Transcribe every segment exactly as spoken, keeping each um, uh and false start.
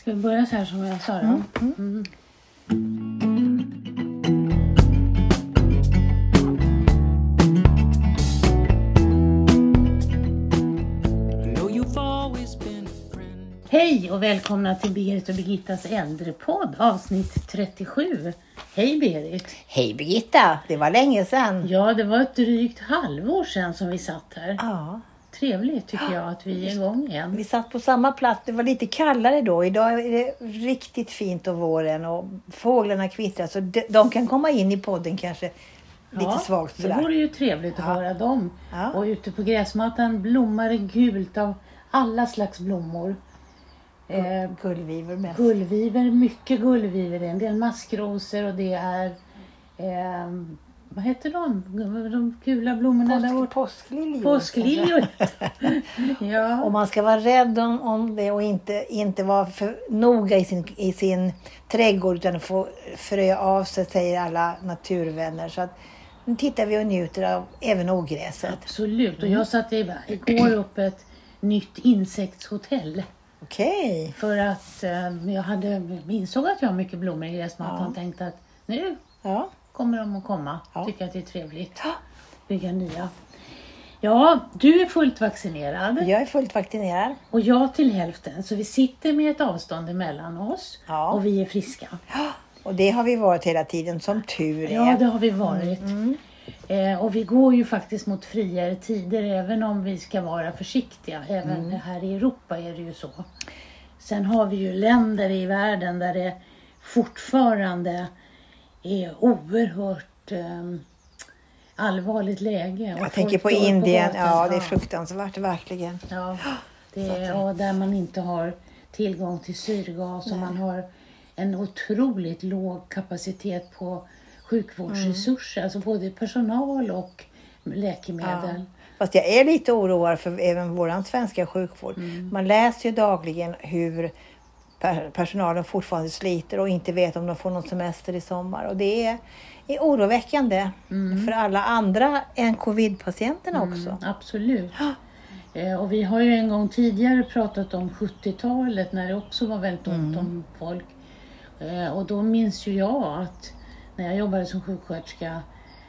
Ska vi börja så här som jag sa då? Mm. Mm. Hej och välkomna till Berit och Birgittas äldrepodd, avsnitt trettiosju. Hej Berit. Hej Birgitta, det var länge sedan. Ja, det var ett drygt halvår sedan som vi satt här. Ja. Trevligt tycker jag att vi är igång igen. Vi satt på samma plats, det var lite kallare då. Idag är det riktigt fint och våren och fåglarna kvittrar. Så de, de kan komma in i podden kanske lite ja, svagt sådär. Det vore ju trevligt att ja. höra dem. Ja. Och ute på gräsmattan blommar det gult av alla slags blommor. Eh, gullviver mest. Gullviver, mycket gullviver. Det är en del maskrosor och det är... Eh, vad heter de? De gula blommorna Påsk, där borta. Påskliljor. Påskliljor. Ja. Och man ska vara rädd om, om det och inte, inte vara för noga i sin, i sin trädgård utan få frö av sig, säger alla naturvänner. Så att nu tittar vi och njuter av även ogräset. Absolut. Och jag satte igår upp ett nytt insektshotell. Okej. Okay. För att eh, jag hade insåg att jag har mycket blommor i gräsmattan ja. och tänkte att nu ja. kommer de att komma. Ja. Tycker att det är trevligt. Ja. Bygga nya. Ja, du är fullt vaccinerad. Jag är fullt vaccinerad. Och jag till hälften. Så vi sitter med ett avstånd emellan oss. Ja. Och vi är friska. Ja. Och det har vi varit hela tiden, som tur är. Ja, det har vi varit. Mm. Eh, och vi går ju faktiskt mot friare tider även om vi ska vara försiktiga. Även mm. här i Europa är det ju så. Sen har vi ju länder i världen där det fortfarande är oerhört eh, allvarligt läge. Jag tänker på Indien, på ja det är fruktansvärt verkligen. Ja, det är, och där man inte har tillgång till syrgas och man har en otroligt låg kapacitet på sjukvårdsresurser, mm. alltså både personal och läkemedel. Ja. Fast jag är lite oroad för även våran svenska sjukvård. Mm. Man läser ju dagligen hur personalen fortfarande sliter och inte vet om de får någon semester i sommar. Och det är, är oroväckande mm. för alla andra än covid-patienterna mm, också. Absolut. eh, och vi har ju en gång tidigare pratat om sjuttiotalet när det också var väldigt ont mm. om folk. Eh, och då minns ju jag att när jag jobbade som sjuksköterska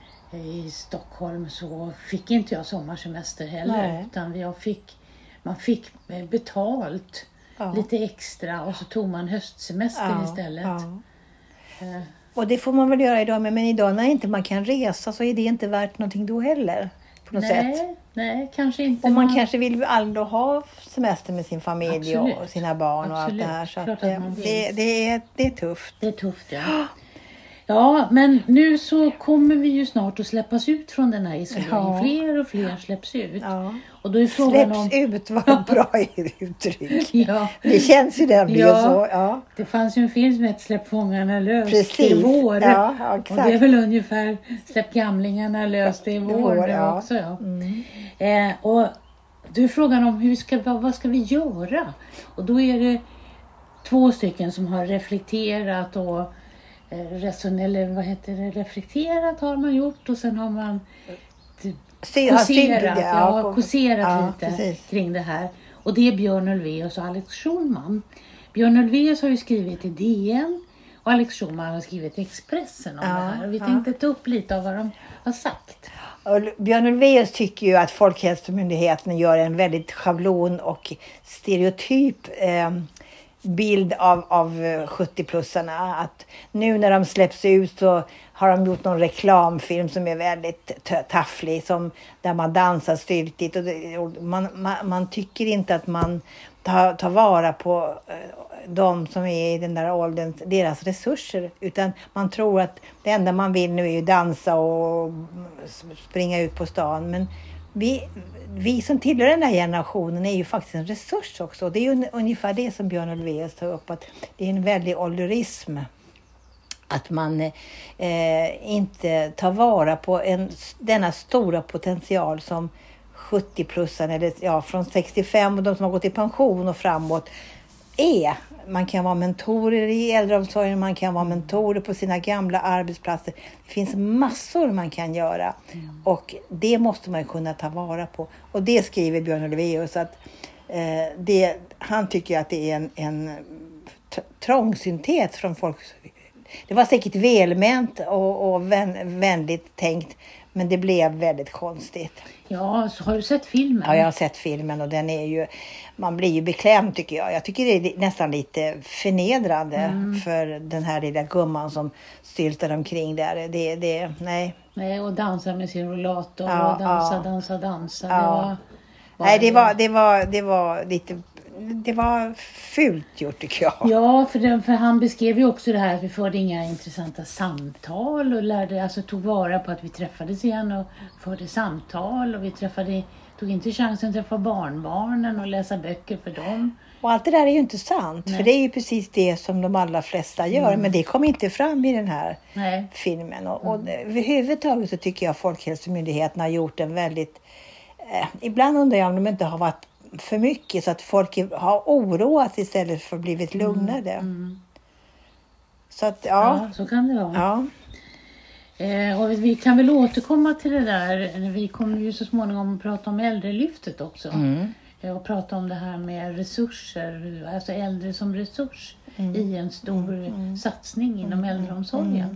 i Stockholm så fick inte jag sommarsemester heller. Nej. Utan jag fick, man fick betalt ja. lite extra och så tog man höstsemester ja, istället. Ja. Uh. Och det får man väl göra idag, men idag när inte man kan resa så är det inte värt någonting då heller. På något nej, sätt. Nej, kanske inte. Och man, man kanske vill ändå ha semester med sin familj Absolut. och sina barn Absolut. och allt det här. Så att det, det, det, är, det är tufft. Det är tufft, ja. Ja, men nu så kommer vi ju snart att släppas ut från den här isoleringen. Ja. Fler och fler släpps ut. Ja. Och då är frågan släpps om... ut, vad bra uttryck. Ja. Det känns ju det blir ja. så. Ja. Det fanns ju en film som heter Släpp fångarna löst Precis. i vår. Ja, ja, exakt. Och det är väl ungefär Släpp gamlingarna löst i vår, vår ja. också. Ja. Mm. Eh, och då är frågan om hur ska, vad ska vi göra? Och då är det två stycken som har reflekterat och reson eller vad heter det, reflekterat har man gjort och sen har man kåserat, ja, kåserat ja, lite precis. kring det här. Och det är Björn Ulvaeus och Alex Schulman. Björn Ulvaeus har ju skrivit i D N och Alex Schulman har skrivit i Expressen om ja, det här. Och vi ja. tänkte ta upp lite av vad de har sagt. Och Björn Ulvaeus tycker ju att Folkhälsomyndigheten gör en väldigt schablon och stereotyp eh, bild av, av sjuttio-plussarna. Att nu när de släpps ut så har de gjort någon reklamfilm som är väldigt t- tafflig. Som, där man dansar styltigt. Och, det, och man, man, man tycker inte att man tar, tar vara på eh, de som är i den där åldern, deras resurser. Utan man tror att det enda man vill nu är att dansa och springa ut på stan. Men vi... Vi som tillhör den här generationen är ju faktiskt en resurs också. Det är ju ungefär det som Björn Ulvaeus tar upp. Att det är en väldig ålderism. Att man eh, inte tar vara på en, denna stora potential som sjuttio-plussarna, eller ja, från sextiofem och de som har gått i pension och framåt är. Man kan vara mentorer i äldreomsorgen, man kan vara mentorer på sina gamla arbetsplatser. Det finns massor man kan göra mm. och det måste man kunna ta vara på. Och det skriver Björn Ulvaeus att eh, det, han tycker att det är en, en t- trångsynthet från folk. Det var säkert välment och, och vän, vänligt tänkt, men det blev väldigt konstigt. Ja, så har du sett filmen? Ja, jag har sett filmen och den är ju, man blir ju beklämd tycker jag. Jag tycker det är nästan lite förnedrande mm. för den här lilla gumman som styltar omkring där. Det, det, nej. Nej, och dansar med sin rollator ja, och dansa, ja. dansa, dansa. Ja. Det var, var nej, det var, det var, det var lite, det var fult gjort tycker jag. Ja, för, det, för han beskrev ju också det här att vi förde inga intressanta samtal och lärde, alltså tog vara på att vi träffades igen och förde samtal och vi träffade, tog inte chansen att träffa barnbarnen och läsa böcker för dem. Och allt det där är ju inte sant, Nej. För det är ju precis det som de allra flesta gör, mm. men det kom inte fram i den här Nej. filmen. Och, och mm. överhuvudtaget så tycker jag Folkhälsomyndigheten har gjort en väldigt, eh, ibland undrar jag om de inte har varit för mycket så att folk har oroat istället för blivit lugnade. Mm, mm. Så att, ja. ja. Så kan det vara. Ja. Eh, och vi kan väl återkomma till det där. Vi kommer ju så småningom att prata om äldrelyftet också. Mm. Eh, och prata om det här med resurser. Alltså äldre som resurs mm. i en stor mm. satsning inom mm. äldreomsorgen. Mm.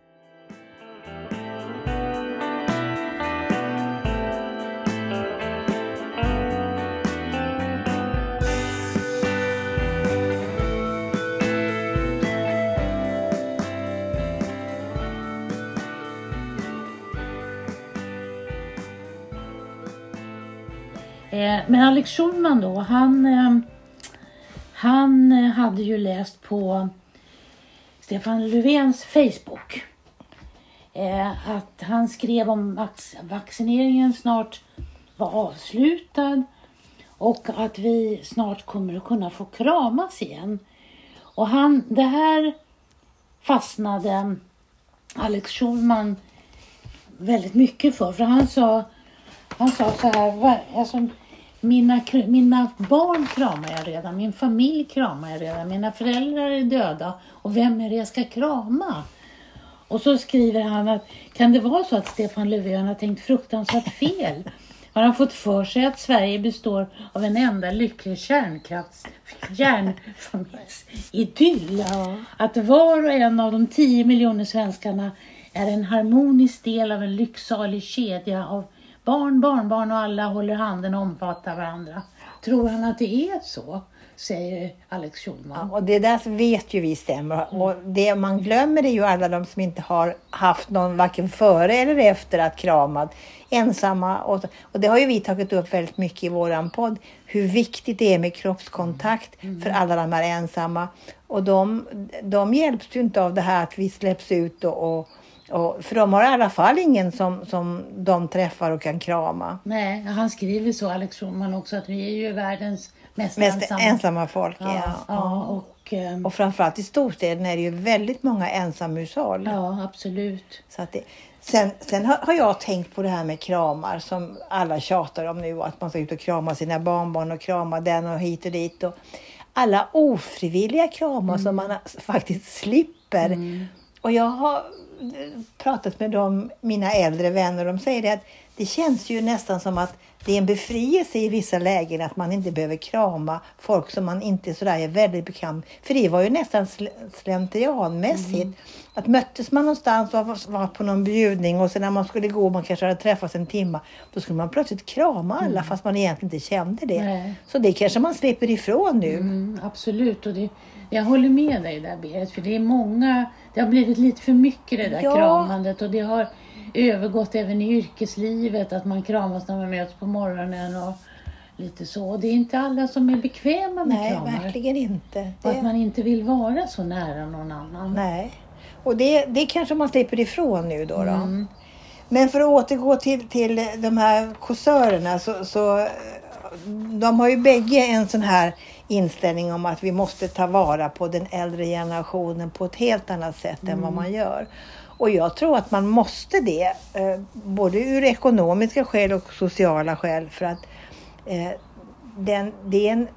Men Alex Schulman då, han, han hade ju läst på Stefan Löfvens Facebook att han skrev om vaccineringen snart var avslutad och att vi snart kommer att kunna få kramas igen. Och han, det här fastnade Alex Schulman väldigt mycket för, för han sa Han sa så här, alltså, mina, mina barn kramar jag redan, min familj kramar jag redan, mina föräldrar är döda och vem är det jag ska krama? Och så skriver han att kan det vara så att Stefan Löfven har tänkt fruktansvärt fel? Har han fått för sig att Sverige består av en enda lycklig kärnkrafts järnfamiljsidyll? Ja. Att var och en av de tio miljoner svenskarna är en harmonisk del av en lycksalig kedja av barn, barnbarn och alla håller handen och omfattar varandra. Tror han att det är så? Säger Alex Schulman. Ja, och det där vet ju vi stämmer. Mm. Och det man glömmer är ju alla de som inte har haft någon varken före eller efter att kramat. Ensamma. Och, och det har ju vi tagit upp väldigt mycket i våran podd. Hur viktigt det är med kroppskontakt mm. för alla de här ensamma. Och de, de hjälps ju inte av det här att vi släpps ut och... och Och för de har i alla fall ingen som, som de träffar och kan krama. Nej, han skriver så, Alex Schulman också, att vi är ju världens mest, mest ensamma. ensamma folk. Ja, ja. ja och, och framförallt i storstäderna är det ju väldigt många ensamhushåll. Ja, absolut. Så att det, sen sen har, har jag tänkt på det här med kramar som alla tjatar om nu. Att man ska ut och krama sina barnbarn och krama den och hit och dit. Och alla ofrivilliga kramar mm. som man faktiskt slipper. Mm. Och jag har pratat med dem, mina äldre vänner, de säger det att det känns ju nästan som att det är en befrielse i vissa lägen att man inte behöver krama folk som man inte sådär är väldigt bekant. För det var ju nästan slentrianmässigt. Mm. Att möttes man någonstans och var på någon bjudning och sen när man skulle gå, man kanske hade träffats en timme, då skulle man plötsligt krama alla mm. fast man egentligen inte kände det. Nej. Så det kanske man slipper ifrån nu. Mm, absolut, och det, jag håller med dig där Berit, för det är många, det har blivit lite för mycket det där ja. kramandet och det har övergått även i yrkeslivet att man kramas när man möts på morgonen och lite så. Det är inte alla som är bekväma med Nej, kramar. Nej, verkligen inte. Det... Att man inte vill vara så nära någon annan. Nej, och det, det kanske man slipper ifrån nu då. då. Mm. Men för att återgå till, till de här kåsörerna så, så de har ju bägge en sån här inställning om att vi måste ta vara på den äldre generationen på ett helt annat sätt mm. än vad man gör. Och jag tror att man måste det, eh, både ur ekonomiska skäl och sociala skäl, för att eh, den, det är en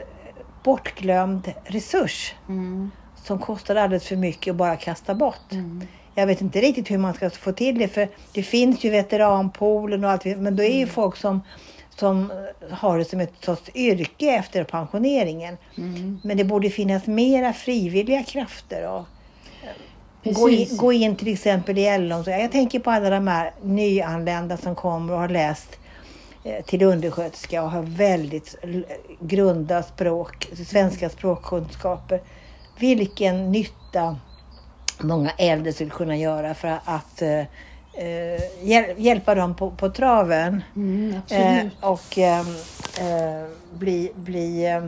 bortglömd resurs mm. som kostar alldeles för mycket att bara kasta bort. Mm. Jag vet inte riktigt hur man ska få till det, för det finns ju veteranpoolen och allt, men då är ju mm. folk som som har det som ett sorts yrke efter pensioneringen. Mm. Men det borde finnas mera frivilliga krafter och gå in, gå in till exempel i äldreomsorg. Jag tänker på alla de här nyanlända som kommer och har läst eh, till undersköterska och har väldigt grunda språk, svenska språkkunskaper. Vilken nytta många äldre skulle kunna göra för att eh, hjäl- hjälpa dem på, på traven. Mm, absolut. Eh, och eh, eh, bli, bli eh,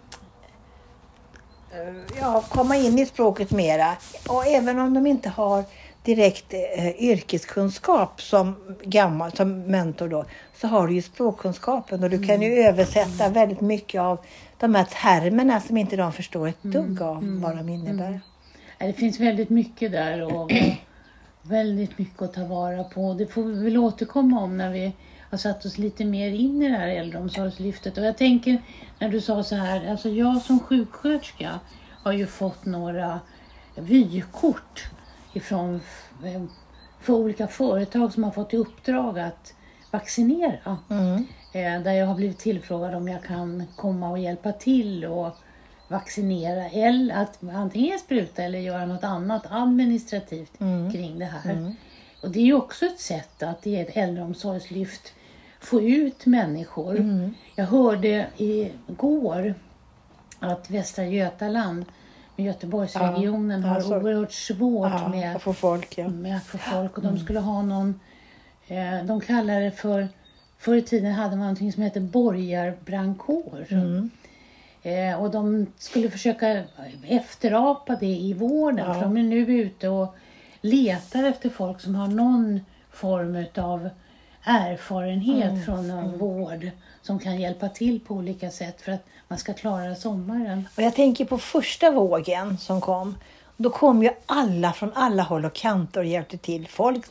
ja, komma in i språket mera. Och även om de inte har direkt eh, yrkeskunskap som gammal, som mentor då, så har du ju språkkunskapen och du kan ju mm. översätta väldigt mycket av de här termerna som inte de förstår ett dugg av mm. vad de innebär. Mm. Det finns väldigt mycket där och väldigt mycket att ta vara på. Det får vi väl återkomma om när vi har satt oss lite mer in i det här äldreomsorgslyftet. Och jag tänker, när du sa så här, alltså jag som sjuksköterska har ju fått några vykort ifrån för olika företag som har fått i uppdrag att vaccinera. Mm. Där jag har blivit tillfrågad om jag kan komma och hjälpa till och vaccinera eller att antingen spruta eller göra något annat administrativt mm. kring det här. Mm. Och det är ju också ett sätt att i ett äldreomsorgslyft få ut människor. Mm. Jag hörde igår att Västra Götaland med Göteborgsregionen ja, har oerhört svårt ja, med, att få folk, ja. med att få folk. Och de skulle ha någon, eh, de kallar det för, förr i tiden hade man någonting som heter borgarbrandkår. Mm. Eh, och de skulle försöka efterapa det i vården. Ja. För de är nu ute och letar efter folk som har någon form av erfarenhet mm. från någon mm. vård som kan hjälpa till på olika sätt för att man ska klara sommaren. Och jag tänker på första vågen som kom. Då kom ju alla från alla håll och kanter och hjälpte till. Folk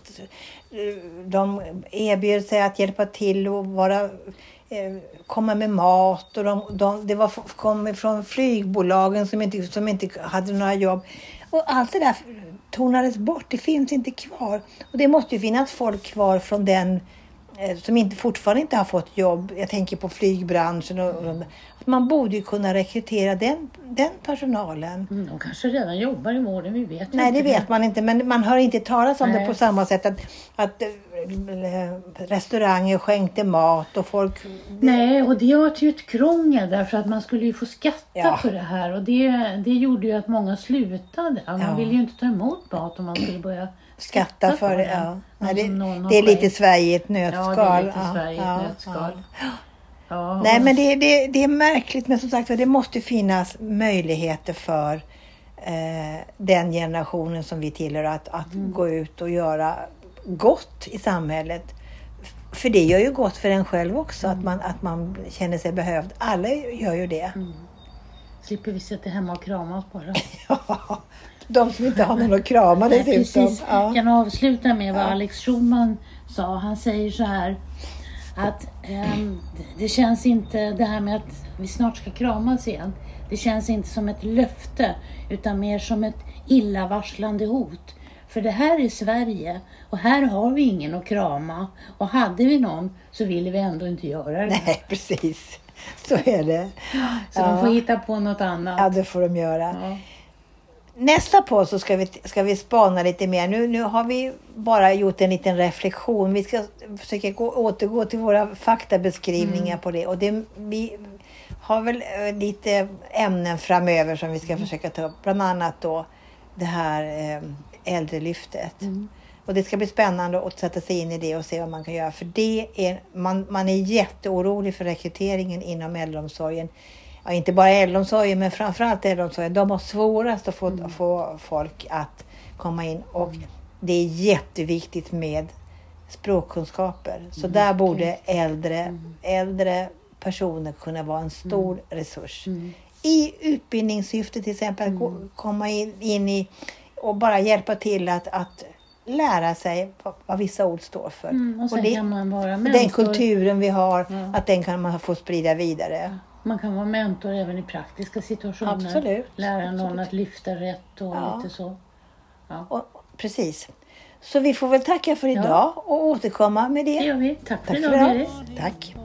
de erbjöd sig att hjälpa till och vara, komma med mat. Och de, de, det var, kom från flygbolagen som inte, som inte hade några jobb. Och allt det där tonades bort. Det finns inte kvar. Och det måste ju finnas folk kvar från den som inte, fortfarande inte har fått jobb. Jag tänker på flygbranschen. Och, och, att man borde ju kunna rekrytera den, den personalen. Mm, de kanske redan jobbar i vården, vi vet Nej, inte. det vet man inte. Men man hör inte talas om Nej. det på samma sätt. Att, att restauranger skänkte mat och folk... Nej, och det var ju ett krångel därför att man skulle ju få skatta ja. för det här. Och det, det gjorde ju att många slutade. Man ja. ville ju inte ta emot mat om man skulle börja... Skatta, skatta för det, ja. Nej, det, det är lite Sverige i ett nötskal. Ja, det är lite Sverige i ett ja, nötskal. Ja. Ja. Nej, men det, det, det är märkligt. Men som sagt, det måste finnas möjligheter för eh, den generationen som vi tillhör att, att mm. gå ut och göra gott i samhället. För det gör ju gott för en själv också. Mm. Att, man, att man känner sig behövd. Alla gör ju det. Mm. Slipper vi sitta hemma och krama oss bara. Ja. De som inte har någon att krama dessutom. Precis. Ja. Jag kan avsluta med vad ja. Alex Schulman sa. Han säger så här att um, det känns inte det här med att vi snart ska kramas igen. Det känns inte som ett löfte utan mer som ett illavarslande hot. För det här är Sverige och här har vi ingen att krama. Och hade vi någon så ville vi ändå inte göra det. Nej, precis. Så är det. Så ja. de får hitta på något annat. Ja, det får de göra. Ja. Nästa på så ska vi, ska vi spana lite mer. Nu, nu har vi bara gjort en liten reflektion. Vi ska försöka gå, återgå till våra faktabeskrivningar mm. på det. Och det, vi har väl lite ämnen framöver som vi ska mm. försöka ta upp. Bland annat då det här eh, äldrelyftet. Mm. Och det ska bli spännande att sätta sig in i det och se vad man kan göra. För det är, man, man är jätteorolig för rekryteringen inom äldreomsorgen. Ja, inte bara äldreomsorgen men framförallt äldreomsorgen. De har svårast att få, mm. få folk att komma in. Och mm. det är jätteviktigt med språkkunskaper. Så mm. där borde äldre, mm. äldre personer kunna vara en stor mm. resurs. Mm. I utbildningssyfte till exempel. Mm. Att komma in, in i och bara hjälpa till att, att lära sig vad vissa ord står för. Mm, och sen och det, kan man vara mentor. Den kulturen vi har, ja. att den kan man få sprida vidare. Ja. Man kan vara mentor även i praktiska situationer. Absolut. Lära någon Absolut. att lyfta rätt och ja. lite så. Ja. Och, precis. Så vi får väl tacka för idag ja. och återkomma med det. Det gör vi. Tack för Tack idag. För idag. Tack.